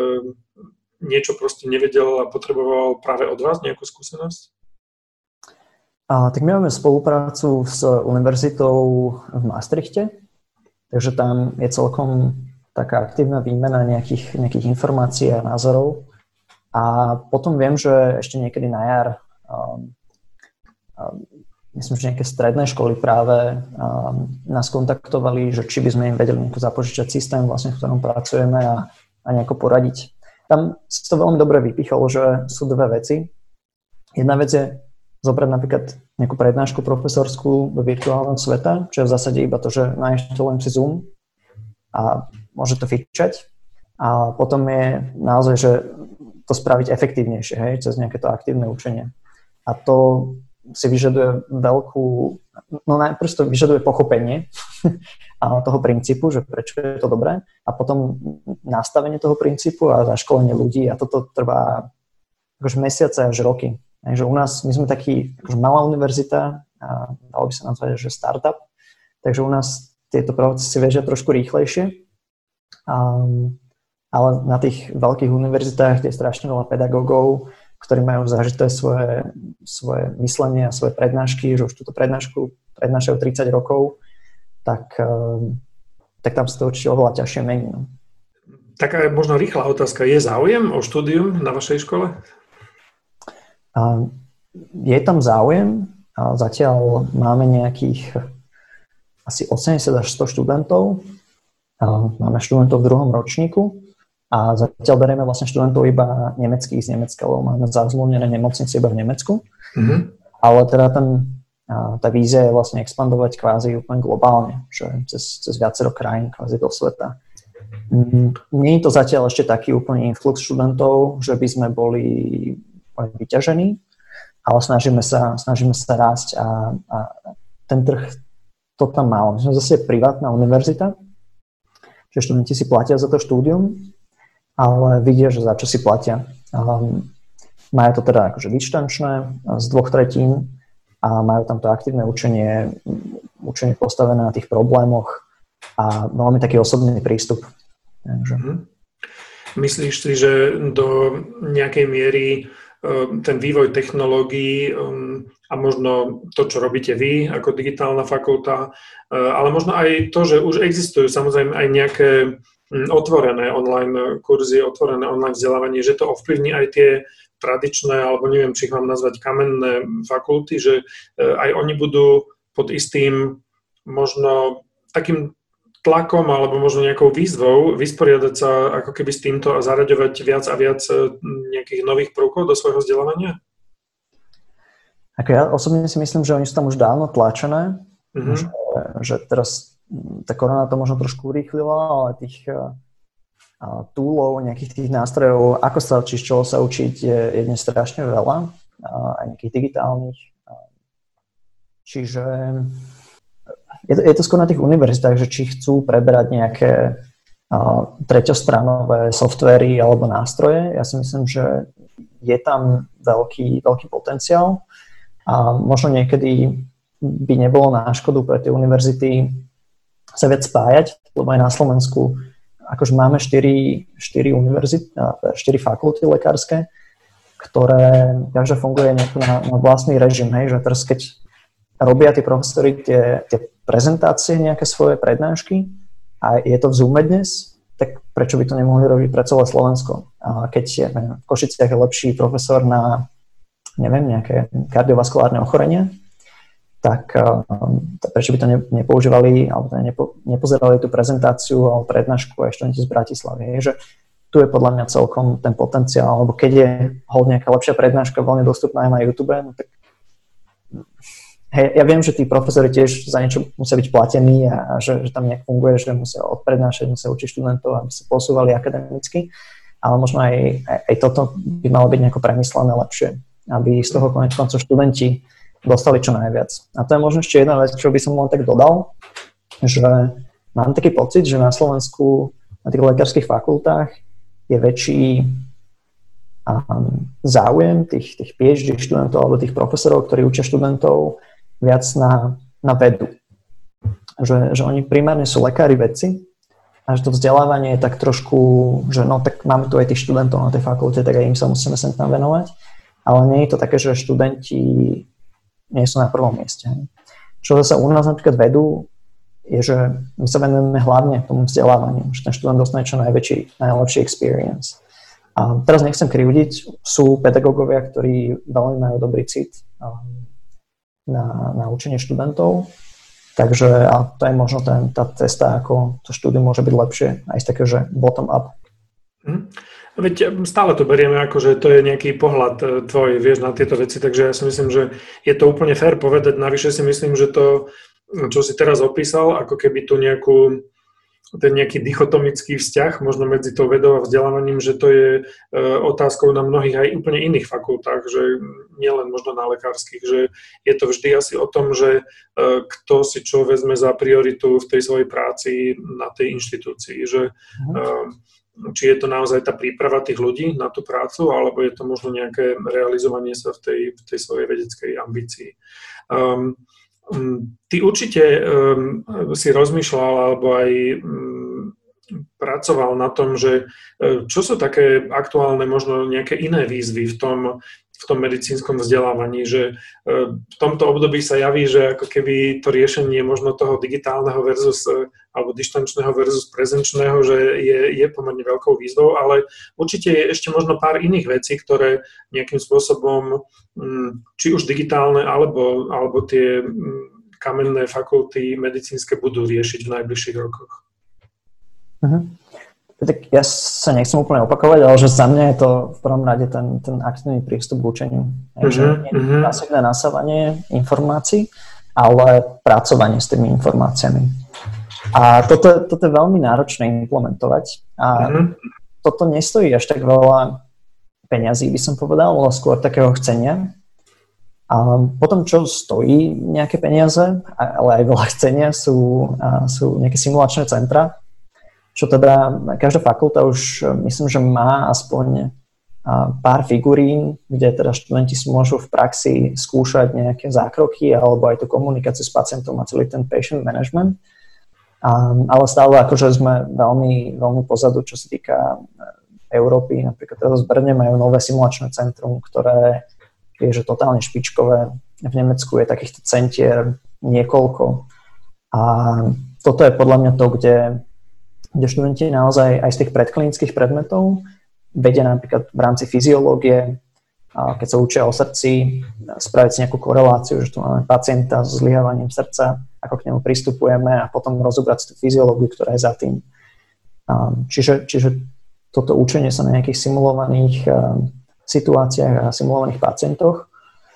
niečo proste nevedel a potreboval práve od vás nejakú skúsenosť? Tak my máme spoluprácu s univerzitou v Maastrichte, takže tam je celkom taká aktívna výmena nejakých informácií a názorov. A potom viem, že ešte niekedy na jar, myslím, že nejaké stredné školy práve nás kontaktovali, že či by sme im vedeli nejako zapožičať systém, vlastne, v ktorom pracujeme a nejako poradiť. Tam si to veľmi dobre vypichol, že sú dve veci. Jedna vec je zobrať napríklad nejakú prednášku profesorskú do virtuálneho sveta, čo je v zásade iba to, že nainštalujem si Zoom a môže to fičať. A potom je naozaj, že to spraviť efektívnejšie, hej, cez nejaké to aktívne učenie. A to si vyžaduje najprv to vyžaduje pochopenie toho princípu, že prečo je to dobré, a potom nastavenie toho princípu a zaškolenie ľudí, a toto trvá akože mesiace až roky. Takže u nás, my sme taký akože malá univerzita, a dalo by sa nazvať, že startup, takže u nás tieto procesy bežia trošku rýchlejšie, ale na tých veľkých univerzitách, kde je strašne veľa pedagógov, ktorí majú zažité svoje myslenie a svoje prednášky, že už túto prednášku prednášajú 30 rokov, tak tam sa to určite oveľa ťažšie mení. No. Taká možno rýchla otázka. Je záujem o štúdium na vašej škole? Je tam záujem. Zatiaľ máme nejakých asi 80 až 100 študentov. Máme študentov v 2. ročníku a zatiaľ berieme vlastne študentov iba nemeckých z Nemecka, lebo máme zazmluvnené nemocnice iba v Nemecku. Mm-hmm. Ale teda tá vízia je vlastne expandovať kvázi úplne globálne, že cez viacero krajín kvázi do sveta. Nie je to zatiaľ ešte taký úplný influx študentov, že by sme boli vyťažení, ale snažíme sa rásť a ten trh to tam má. My sme zase privátna univerzita, že študenti si platia za to štúdium, ale vidia, že za čo si platia. Majú to teda akože vyštančné z 2/3 a majú tam to aktívne učenie postavené na tých problémoch a veľmi taký osobný prístup. Takže. Myslíš si, že do nejakej miery ten vývoj technológií a možno to, čo robíte vy ako digitálna fakulta, ale možno aj to, že už existujú samozrejme aj nejaké otvorené online kurzy, otvorené online vzdelávanie, že to ovplyvní aj tie tradičné, alebo neviem, či ich mám nazvať kamenné fakulty, že aj oni budú pod istým možno takým tlakom alebo možno nejakou výzvou vysporiadať sa ako keby s týmto a zaraďovať viac a viac nejakých nových prvkov do svojho vzdelávania? Ako ja osobne si myslím, že oni sú tam už dávno tlačené, že teraz tá korona to možno trošku urýchlila, ale tých toolov, nejakých tých nástrojov, ako sa učiť, čoho sa učiť, je dnes strašne veľa, aj nejakých digitálnych. Čiže je to skôr na tých univerzitách, že či chcú preberať nejaké treťostranové softvery alebo nástroje. Ja si myslím, že je tam veľký potenciál a možno niekedy by nebolo na škodu pre tie univerzity sa viac spájať, lebo aj na Slovensku akože máme 4 fakulty lekárske, ktoré každá funguje na vlastný režim, hej, že teraz keď robia tí profesori tie prezentácie, nejaké svoje prednášky a je to v Zoome dnes, tak prečo by to nemohli robiť pre celé Slovensko? A keď v Košiciach je lepší profesor na, neviem, nejaké kardiovaskulárne ochorenia, tak prečo by to nepoužívali alebo nepozerali tú prezentáciu alebo prednášku aj študenti z Bratislavy. Že tu je podľa mňa celkom ten potenciál, alebo keď je nejaká lepšia prednáška veľmi dostupná aj na YouTube, no tak hej, ja viem, že tí profesori tiež za niečo musia byť platení a že tam nejak funguje, že musia odprednášať, musia učiť študentov, aby sa posúvali akademicky, ale možno aj toto by malo byť nejako premyslené lepšie, aby z toho konec koncov študenti dostali čo najviac. A to je možno ešte jedna vec, čo by som len tak dodal, že mám taký pocit, že na Slovensku na tých lekárskych fakultách je väčší záujem tých PhD študentov alebo tých profesorov, ktorí učia študentov viac na vedu. Že oni primárne sú lekári vedci a že to vzdelávanie je tak trošku, že no tak máme tu aj tých študentov na tej fakulte, tak aj im sa musíme sem tam venovať, ale nie je to také, že študenti nie sú na prvom mieste. Čo zase u nás napríklad vedú, je, že my sa venujeme hlavne tomu vzdelávaniu, že ten študent dostane čo najlepší experience. A teraz nechcem krivdiť, sú pedagógovia, ktorí veľmi majú dobrý cit na učenie študentov, takže a to je možno tá cesta, ako to štúdium môže byť lepšie, aj z takého, že bottom up. Veď stále to berieme ako, že to je nejaký pohľad tvoj, vieš, na tieto veci, takže ja si myslím, že je to úplne fér povedať, navyše si myslím, že to, čo si teraz opísal, ako keby tu ten nejaký dichotomický vzťah možno medzi tou vedou a vzdelávaním, že to je otázkou na mnohých aj úplne iných fakultách, že nielen možno na lekárskych, že je to vždy asi o tom, že kto si čo vezme za prioritu v tej svojej práci na tej inštitúcii, že či je to naozaj tá príprava tých ľudí na tú prácu, alebo je to možno nejaké realizovanie sa v tej svojej vedeckej ambícii. Ty určite si rozmýšľal alebo aj pracoval na tom, že čo sú také aktuálne, možno nejaké iné výzvy v tom v tom medicínskom vzdelávaní, že v tomto období sa javí, že ako keby to riešenie možno toho digitálneho versus alebo dištančného versus prezenčného, že je pomerne veľkou výzvou, ale určite je ešte možno pár iných vecí, ktoré nejakým spôsobom, či už digitálne, alebo tie kamenné fakulty medicínske budú riešiť v najbližších rokoch. Tak ja sa nechcem úplne opakovať, ale že za mňa je to v prvom rade ten aktívny prístup k učeniu. Takže nie pasívne nasávanie informácií, ale pracovanie s tými informáciami. A toto je veľmi náročné implementovať. A toto nestojí až tak veľa peňazí, by som povedal, ale skôr takého chcenia. A potom, čo stojí nejaké peniaze, ale aj veľa chcenia, sú nejaké simulačné centra, čo teda každá fakulta už myslím, že má aspoň pár figurín, kde teda študenti si môžu v praxi skúšať nejaké zákroky alebo aj tú komunikáciu s pacientom a celý ten patient management. Ale stále akože sme veľmi, veľmi pozadu, čo sa týka Európy. Napríklad teraz v Brne majú nové simulačné centrum, ktoré je že totálne špičkové. V Nemecku je takýchto centier niekoľko. A toto je podľa mňa to, kde študenti naozaj aj z tých predklinických predmetov vedia napríklad v rámci fyziológie, keď sa učia o srdci, spraviť si nejakú koreláciu, že tu máme pacienta so zlyhávaním srdca, ako k nemu pristupujeme a potom rozobrať si tú fyziológiu, ktorá je za tým. Čiže toto učenie sa na nejakých simulovaných situáciách a simulovaných pacientoch.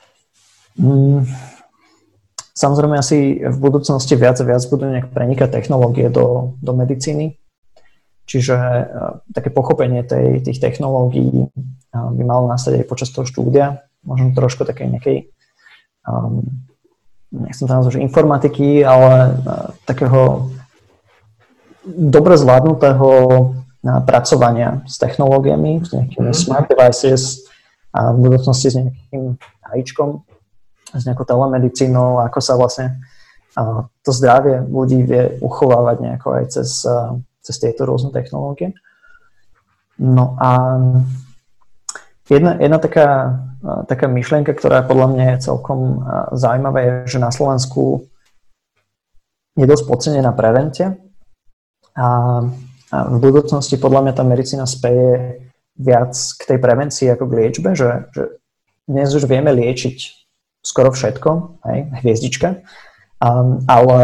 Samozrejme asi v budúcnosti viac a viac budú nejak prenikať technológie do medicíny. Čiže také pochopenie tých technológií by malo nastať aj počas toho štúdia. Možno trošku takej nejakej, nechcem to nazvať informatiky, ale takého dobre zvládnutého pracovania s technológiami, s nejakými smart devices a v budúcnosti s nejakým AIčkom, s nejakou telemedicínou, ako sa vlastne to zdravie ľudí vie uchovávať nejako aj cez tieto rôzne technológie. No a jedna taká myšlienka, ktorá podľa mňa je celkom zaujímavá, je, že na Slovensku je dosť podcenená prevencia a v budúcnosti podľa mňa tá medicína speje viac k tej prevencii ako k liečbe, že dnes už vieme liečiť skoro všetko, aj hviezdička, ale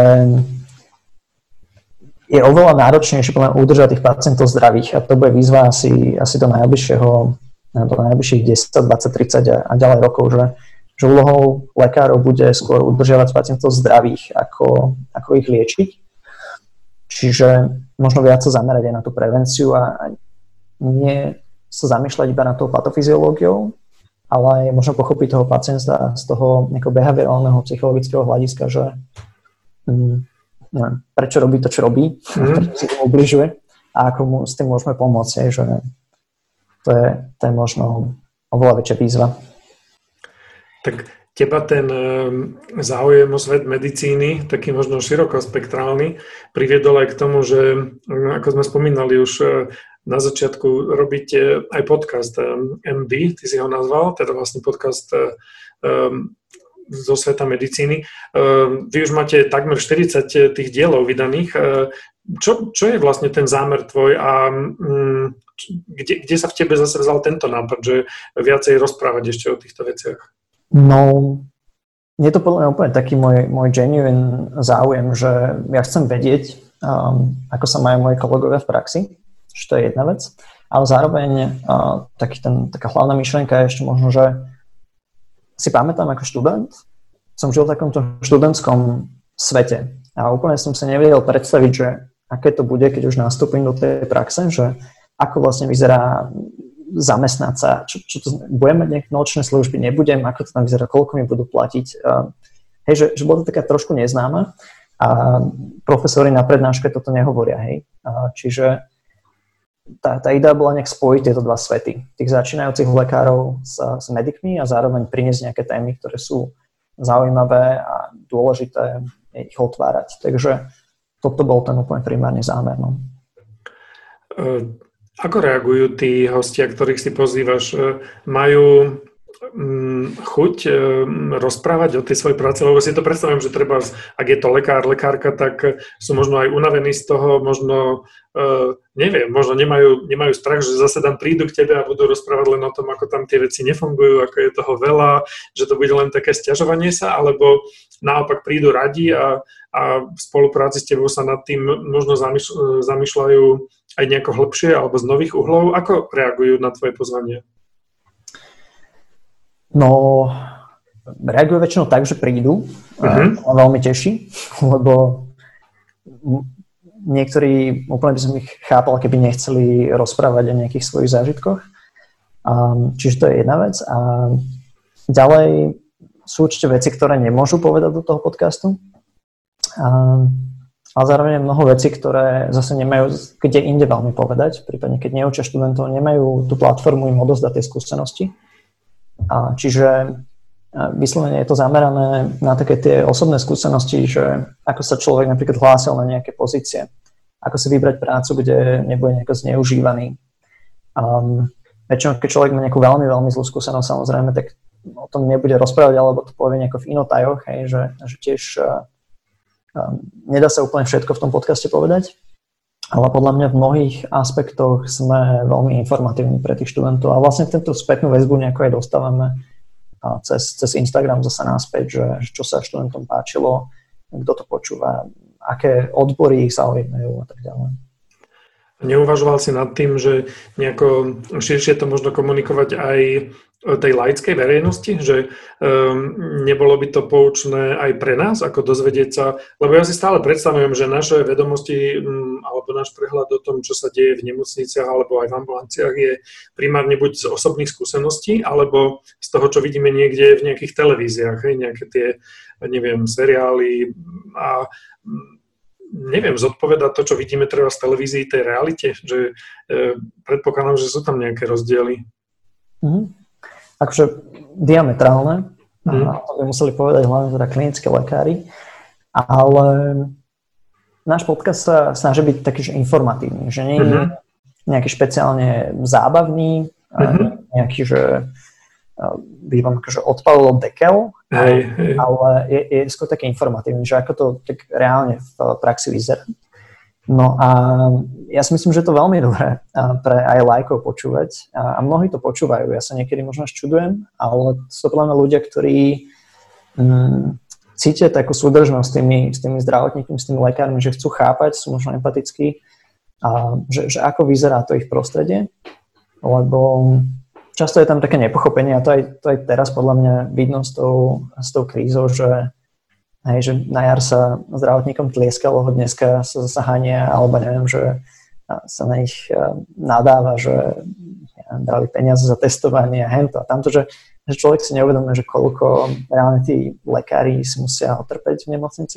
je oveľa náročnejšie udržať tých pacientov zdravých a to bude výzva asi do najbližších 10, 20, 30 a ďalej rokov, že úlohou lekárov bude skôr udržiavať pacientov zdravých, ako ich liečiť. Čiže možno viac sa zamerať aj na tú prevenciu a nie sa zamýšľať iba na tou patofyziológiou, ale aj možno pochopiť toho pacienta z toho nejakého behaviorálneho, psychologického hľadiska, že neviem, prečo robí to, čo robí, prečo si to ubližuje a ako mu s tým môžeme pomôcť, že to je možno oveľa väčšia výzva. Tak teba ten záujem o svet medicíny, taký možno širokospektrálny, priviedol aj k tomu, že ako sme spomínali už na začiatku, robiť aj podcast MD, ty si ho nazval, teda vlastne podcast zo sveta medicíny. Vy už máte takmer 40 tých dielov vydaných. Čo je vlastne ten zámer tvoj a kde sa v tebe zase vzal tento nápad, že viacej rozprávať ešte o týchto veciach? No, je to podľa mňa úplne taký môj genuine záujem, že ja chcem vedieť, ako sa majú moji kolegovia v praxi, že to je jedna vec, ale zároveň taká hlavná myšlienka je ešte možno, že si pamätám ako študent, som žil v takomto študentskom svete a úplne som sa nevedel predstaviť, že aké to bude, keď už nastúpim do tej praxe, že ako vlastne vyzerá zamestnať sa, čo to, budem mať nejaké nočné služby, nebudem, ako to tam vyzerá, koľko mi budú platiť. Hej, že bola to taká trošku neznáma a profesori na prednáške toto nehovoria, hej. Čiže tá idea bola nejak spojiť tieto dva svety. Tých začínajúcich lekárov s medikmi a zároveň priniesť nejaké témy, ktoré sú zaujímavé a dôležité ich otvárať. Takže toto bol ten úplne primárny zámer. No. Ako reagujú tí hostia, ktorých si pozývaš? Majú chuť rozprávať o tej svojej práci, lebo si to predstavujem, že treba, ak je to lekár, lekárka, tak sú možno aj unavení z toho, možno neviem, možno nemajú strach, že zase tam prídu k tebe a budú rozprávať len o tom, ako tam tie veci nefungujú, ako je toho veľa, že to bude len také sťažovanie sa, alebo naopak prídu radi a v spolupráci s tebou sa nad tým možno zamýšľajú aj nejako hlbšie alebo z nových uhlov. Ako reagujú na tvoje pozvanie? No, reagujú väčšinou tak, že prídu. Veľmi teší, lebo niektorí úplne by som ich chápal, keby nechceli rozprávať o nejakých svojich zážitkoch. Čiže to je jedna vec. A ďalej sú určite veci, ktoré nemôžu povedať do toho podcastu. Ale zároveň je mnoho vecí, ktoré zase nemajú kde inde veľmi povedať. Prípadne, keď neučia študentov, nemajú tú platformu im odozdať tie skúsenosti. Čiže vyslovene je to zamerané na také tie osobné skúsenosti, že ako sa človek napríklad hlásil na nejaké pozície, ako si vybrať prácu, kde nebude nejako zneužívaný. Väčšinou, keď človek má nejakú veľmi, veľmi zlú skúsenosť, samozrejme, tak o tom nebude rozprávať, alebo to povie nejako v inotajoch, že tiež nedá sa úplne všetko v tom podcaste povedať. Ale podľa mňa v mnohých aspektoch sme veľmi informatívni pre tých študentov a vlastne tento spätnú väzbu nejako aj dostávame cez Instagram zase naspäť, že čo sa študentom páčilo, kto to počúva, aké odbory ich zaujímajú a tak ďalej. Neuvažoval si nad tým, že nejako širšie to možno komunikovať aj tej laickej verejnosti, že nebolo by to poučné aj pre nás, ako dozvedieť sa, lebo ja si stále predstavujem, že naše vedomosti alebo náš prehľad o tom, čo sa deje v nemocniciach alebo aj v ambulanciách je primárne buď z osobných skúseností, alebo z toho, čo vidíme niekde v nejakých televíziách, nejaké tie, neviem, seriály a neviem, zodpovedať to, čo vidíme treba z televízii, tej realite, že predpokladám, že sú tam nejaké rozdiely. Akože diametrálne, to by museli povedať hlavne teda klinickí lekári, ale náš podcast sa snaží byť taký, že informatívny, že nie je nejaký špeciálne zábavný, nejaký, že by vám akože odpalilo dekel, ale je skôr taký informatívny, že ako to tak reálne v praxi vyzerá. No a ja si myslím, že je to veľmi dobré pre aj lajkov počúvať a mnohí to počúvajú. Ja sa niekedy možno čudujem, ale sú to podľa mňa ľudia, ktorí cítia takú súdržnosť s tými zdravotníkmi, s tými lekármi, že chcú chápať, sú možno empatickí a že ako vyzerá to ich prostredie, lebo často je tam také nepochopenie a to aj teraz podľa mňa vidno s tou krízou, že na jar sa zdravotníkom tlieskalo, dneska sa zase hania, alebo neviem, že sa na nich nadáva, že dali peniaze za testovanie a hento a tamto, že človek si neuvedomuje, že koľko reálne tí lekári si musia otrpeť v nemocnici.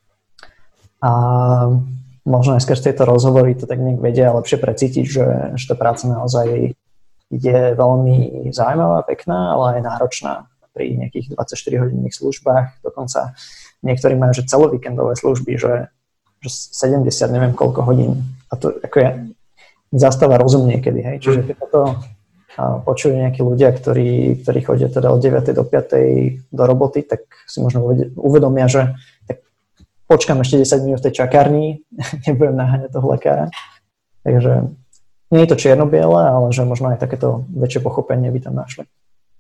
A možno aj skrz tieto rozhovory to tak nejak vedia lepšie precítiť, že tá práca naozaj je veľmi zaujímavá, pekná, ale aj náročná pri nejakých 24-hodinných službách. Dokonca niektorí majú že celovíkendové služby, že 70, neviem koľko hodín. A to ako mi zastáva rozum niekedy. Hej. Čiže keď to počujú nejakí ľudia, ktorí chodia teda od 9. do 5. do roboty, tak si možno uvedomia, že tak počkám ešte 10 minút v tej čakárni, nebudem naháňať toho lekára. Takže nie je to čierno-biele, ale že možno aj takéto väčšie pochopenie by tam našli.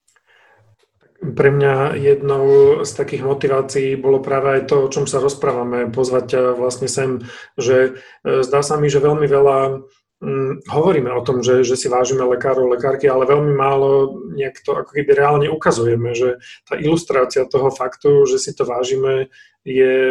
Pre mňa jednou z takých motivácií bolo práve aj to, o čom sa rozprávame, pozvať ťa vlastne sem, že zdá sa mi, že veľmi veľa hovoríme o tom, že si vážime lekárov, lekárky, ale veľmi málo nejak to ako keby reálne ukazujeme, že tá ilustrácia toho faktu, že si to vážime, je,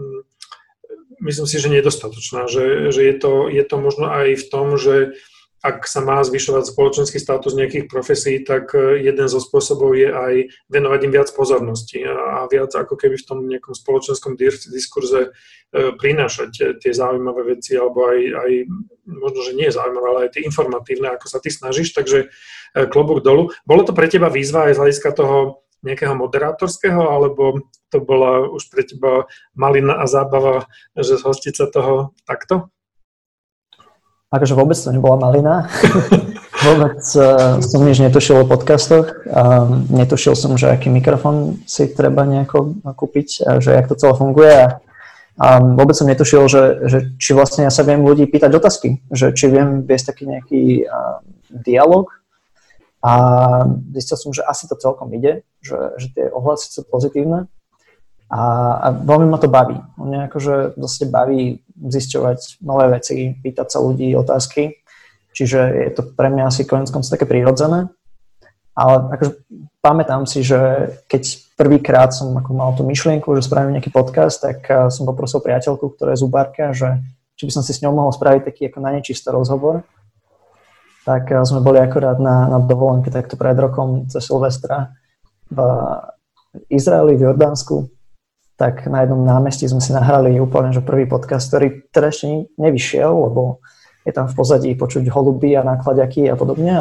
myslím si, že nedostatočná, že je to možno aj v tom, že ak sa má zvyšovať spoločenský status nejakých profesí, tak jeden zo spôsobov je aj venovať im viac pozornosti a viac ako keby v tom nejakom spoločenskom diskurze prinášať tie zaujímavé veci, alebo aj možno, že nie je zaujímavé, ale aj tie informatívne, ako sa ty snažíš, takže klobúk dolu. Bolo to pre teba výzva aj z hľadiska toho nejakého moderátorského, alebo to bola už pre teba malina a zábava, že zhostiť sa toho takto? Akože vôbec to nebola malina. Vôbec som nič netušil o podcastoch. Netušil som, že aký mikrofón si treba nejako kúpiť a že jak to celé funguje. A vôbec som netušil, že či vlastne ja sa viem ľudí pýtať otázky, že či viem viesť taký nejaký dialog. A zistil som, že asi to celkom ide, že tie ohlasy sú pozitívne. A veľmi ma to baví. Mňa akože zase baví zisťovať nové veci, pýtať sa ľudí otázky. Čiže je to pre mňa asi konec koncov také prirodzené. Ale akože pamätám si, že keď prvýkrát som ako mal tú myšlienku, že spravím nejaký podcast, tak som poprosil priateľku, ktorá je zubárka, že či by som si s ňou mohol spraviť taký ako na nečisto rozhovor. Tak sme boli akorát na dovolenke takto pred rokom cez Silvestra v Izraeli, v Jordánsku. Tak na jednom námestí sme si nahrali úplne že prvý podcast, ktorý teda ešte nevyšiel, lebo je tam v pozadí počuť holuby a nákladiaky a podobne,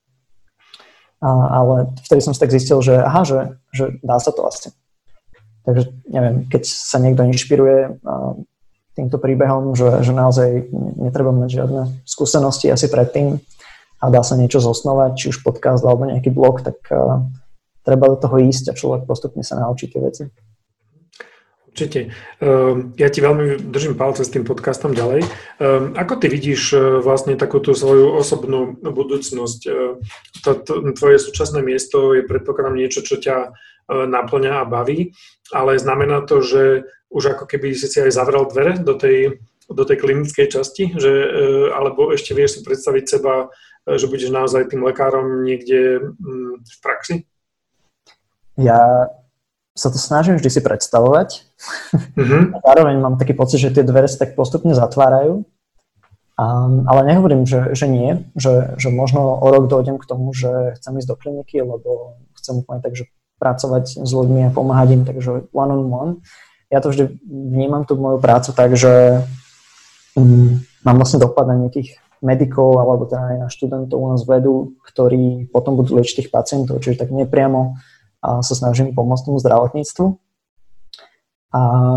ale vtedy som si tak zistil, že aha, že dá sa to asi. Takže neviem, keď sa niekto inšpiruje týmto príbehom, že naozaj netreba mať žiadne skúsenosti asi predtým a dá sa niečo zosnovať, či už podcast alebo nejaký blog, tak treba do toho ísť a človek postupne sa naučí tie veci. Určite. Ja ti veľmi držím palce s tým podcastom ďalej. Ako ty vidíš vlastne takúto svoju osobnú budúcnosť? Tvoje súčasné miesto je predpokladám niečo, čo ťa naplňa a baví, ale znamená to, že už ako keby si aj zavrel dvere do tej klinickej časti, alebo ešte vieš si predstaviť seba, že budeš naozaj tým lekárom niekde v praxi? Ja sa to snažím vždy si predstavovať. Mm-hmm. Zároveň mám taký pocit, že tie dvere sa tak postupne zatvárajú. Ale nehovorím, že nie. Že možno o rok dojdem k tomu, že chcem ísť do kliniky, lebo chcem úplne tak, že pracovať s ľuďmi a pomáhať im, takže one on one. Ja to vždy vnímam tú moju prácu tak, že mám vlastne dopad na nejakých medikov alebo teda aj na študentov u nás vedu, ktorí potom budú liečiť tých pacientov, čiže tak nepriamo a sa snažím pomôcť tomu zdravotníctvu. A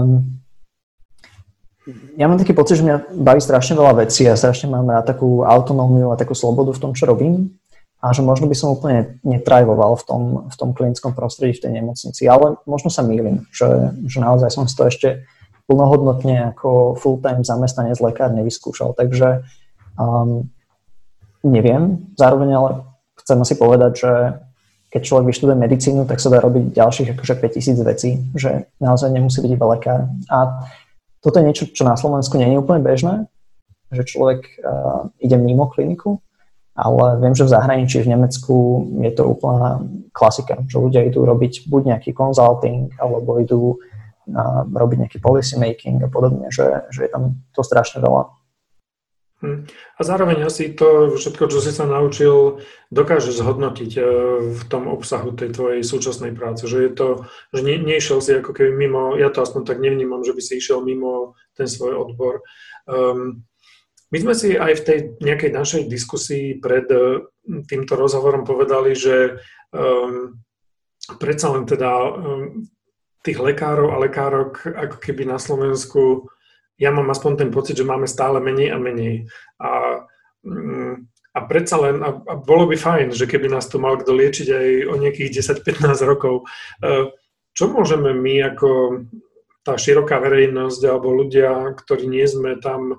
ja mám taký pocit, že mňa baví strašne veľa vecí a strašne mám rád takú autonómiu a takú slobodu v tom, čo robím a že možno by som úplne netrajvoval v tom klinickom prostredí, v tej nemocnici, ale možno sa mýlim, že naozaj som si to ešte plnohodnotne ako full-time zamestnanec lekár nevyskúšal, takže neviem, zároveň ale chcem asi povedať, že keď človek vyštuduje medicínu, tak sa dá robiť ďalších akože 5000 vecí, že naozaj nemusí byť iba lekár. A toto je niečo, čo na Slovensku nie je úplne bežné, že človek ide mimo kliniku, ale viem, že v zahraničí, v Nemecku je to úplná klasika, že ľudia idú robiť buď nejaký consulting, alebo idú robiť nejaký policy making a podobne, že je tam to strašne veľa. A zároveň asi to všetko, čo si sa naučil, dokážeš zhodnotiť v tom obsahu tej tvojej súčasnej práce, že je to, že nešiel si ako keby mimo, ja to aspoň tak nevnímam, že by si išiel mimo ten svoj odbor. My sme si aj v tej nejakej našej diskusii pred týmto rozhovorom povedali, že predsa len teda tých lekárov a lekárok ako keby na Slovensku ja mám aspoň ten pocit, že máme stále menej a menej. A predsa len, a bolo by fajn, že keby nás tu mal kto liečiť aj o nejakých 10-15 rokov. Čo môžeme my ako tá široká verejnosť alebo ľudia, ktorí nie sme tam,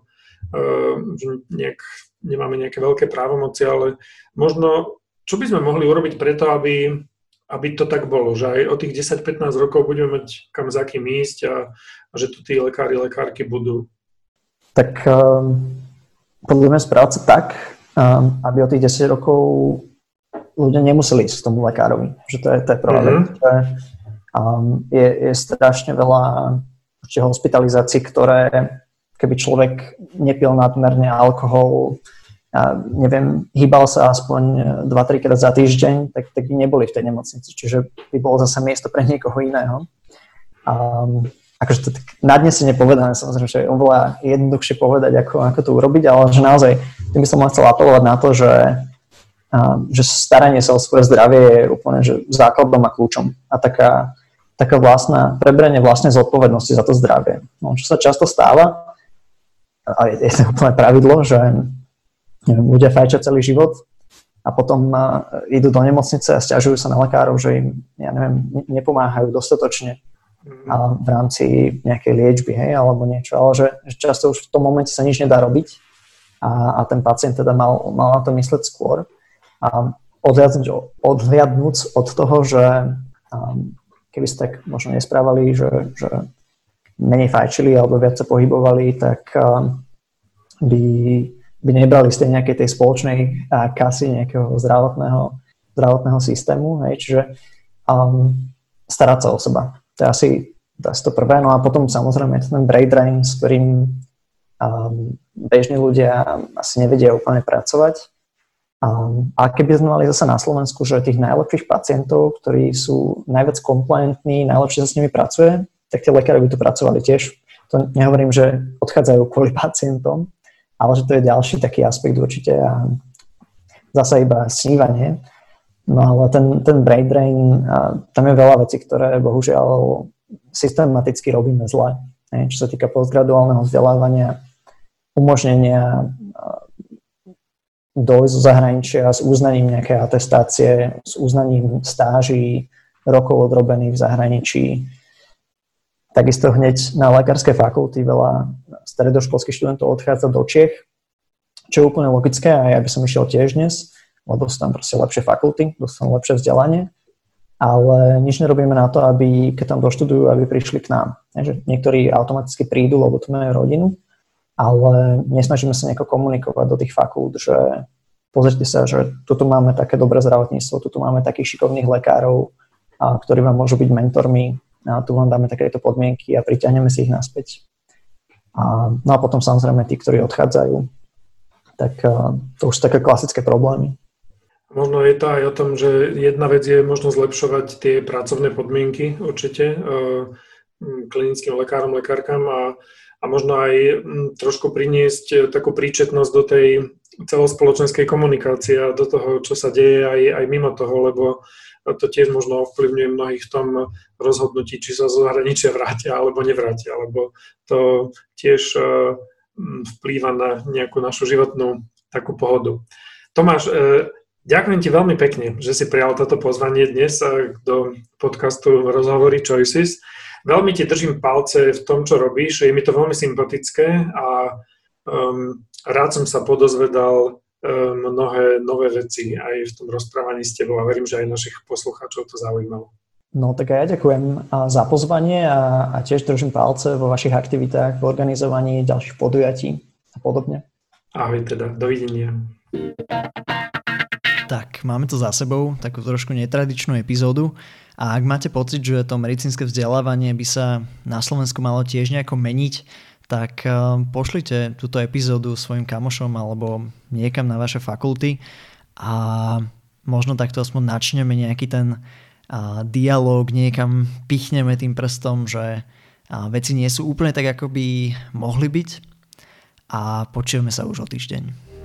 nemáme nejaké veľké právomoci, ale možno, čo by sme mohli urobiť preto, aby to tak bolo, že aj o tých 10-15 rokov budeme mať kam za kým ísť a že tu tí lekári, lekárky budú. Tak podľa mňa správať sa tak, aby o tých 10 rokov ľudia nemuseli ísť k tomu lekárovi. Že to je prvá vec. Je strašne veľa hospitalizácií, ktoré keby človek nepil nadmerne alkohol, neviem, hýbal sa aspoň 2-3 krát za týždeň, tak by neboli v tej nemocnici. Čiže by bolo zase miesto pre niekoho iného. Akože to tak nadnesene povedané, samozrejme, že je oveľa jednoduchšie povedať, ako to urobiť, ale že naozaj tým by som chcel apelovať na to, že staranie sa o svoje zdravie je úplne že základom a kľúčom. A taká vlastná, prebranie vlastnej zodpovednosti za to zdravie. No, čo sa často stáva, a je to úplne pravidlo, že neviem, ľudia fajčia celý život a potom idú do nemocnice a sťažujú sa na lekárov, že im, nepomáhajú dostatočne v rámci nejakej liečby, hej, alebo niečo, ale že často už v tom momente sa nič nedá robiť a ten pacient teda mal na to mysleť skôr. A odhliadnúc od toho, že keby sa tak možno nesprávali, že menej fajčili alebo viac sa pohybovali, tak by nebrali z tej nejakej tej spoločnej kasy nejakého zdravotného systému, hej, čiže starať sa o seba. To je asi to prvé. No a potom samozrejme je ten brain drain, s ktorým bežní ľudia asi nevedia úplne pracovať. A keby sme mali zase na Slovensku, že tých najlepších pacientov, ktorí sú najviac compliantní, najlepšie sa s nimi pracuje, tak tie lekári by tu pracovali tiež. To nehovorím, že odchádzajú kvôli pacientom, ale že to je ďalší taký aspekt určite a zasa iba snívanie. No ale ten brain drain, tam je veľa vecí, ktoré bohužiaľ systematicky robíme zle. Čo sa týka postgraduálneho vzdelávania, umožnenia dojsť zo zahraničia s uznaním nejaké atestácie, s uznaním stáží, rokov odrobených v zahraničí. Takisto hneď na lekárskej fakulty veľa stredoškolských študentov odchádza do Čiech, čo je úplne logické a ja by som išiel tiež dnes, lebo sú tam proste lepšie fakulty, dostanú lepšie vzdelanie, ale nič nerobíme na to, aby keď tam doštudujú, aby prišli k nám. Takže niektorí automaticky prídu, lebo tu majú rodinu, ale nesnažíme sa nejako komunikovať do tých fakult, že pozrite sa, že tuto máme také dobré zdravotníctvo, tuto máme takých šikovných lekárov, ktorí vám môžu byť mentormi, a tu vám dáme takéto podmienky a priťahneme si ich naspäť. No a potom samozrejme tí, ktorí odchádzajú, tak to už sú také klasické problémy. Možno je to aj o tom, že jedna vec je možno zlepšovať tie pracovné podmienky určite klinickým lekárom, lekárkam a možno aj trošku priniesť takú príčetnosť do tej celospoločenskej komunikácie a do toho, čo sa deje aj mimo toho, lebo to tiež možno ovplyvňuje mnohých v tom rozhodnutí, či sa zo zahraničia vrátia alebo nevrátia, lebo to tiež vplýva na nejakú našu životnú takú pohodu. Tomáš, ďakujem ti veľmi pekne, že si prijal toto pozvanie dnes do podcastu Rozhovory Choices. Veľmi ti držím palce v tom, čo robíš, je mi to veľmi sympatické a rád som sa podozvedal mnohé nové veci aj v tom rozprávaní s tebou a verím, že aj našich poslucháčov to zaujímalo. No tak aj ja ďakujem za pozvanie a tiež držím palce vo vašich aktivitách, v organizovaní ďalších podujatí a podobne. Ahoj teda, dovidenia. Tak, máme to za sebou, takú trošku netradičnú epizódu a ak máte pocit, že to medicínske vzdelávanie by sa na Slovensku malo tiež nejako meniť, tak pošlite túto epizódu svojim kamošom alebo niekam na vaše fakulty a možno takto aspoň načneme nejaký ten dialóg, niekam pichneme tým prstom, že veci nie sú úplne tak, ako by mohli byť a počujeme sa už o týždeň.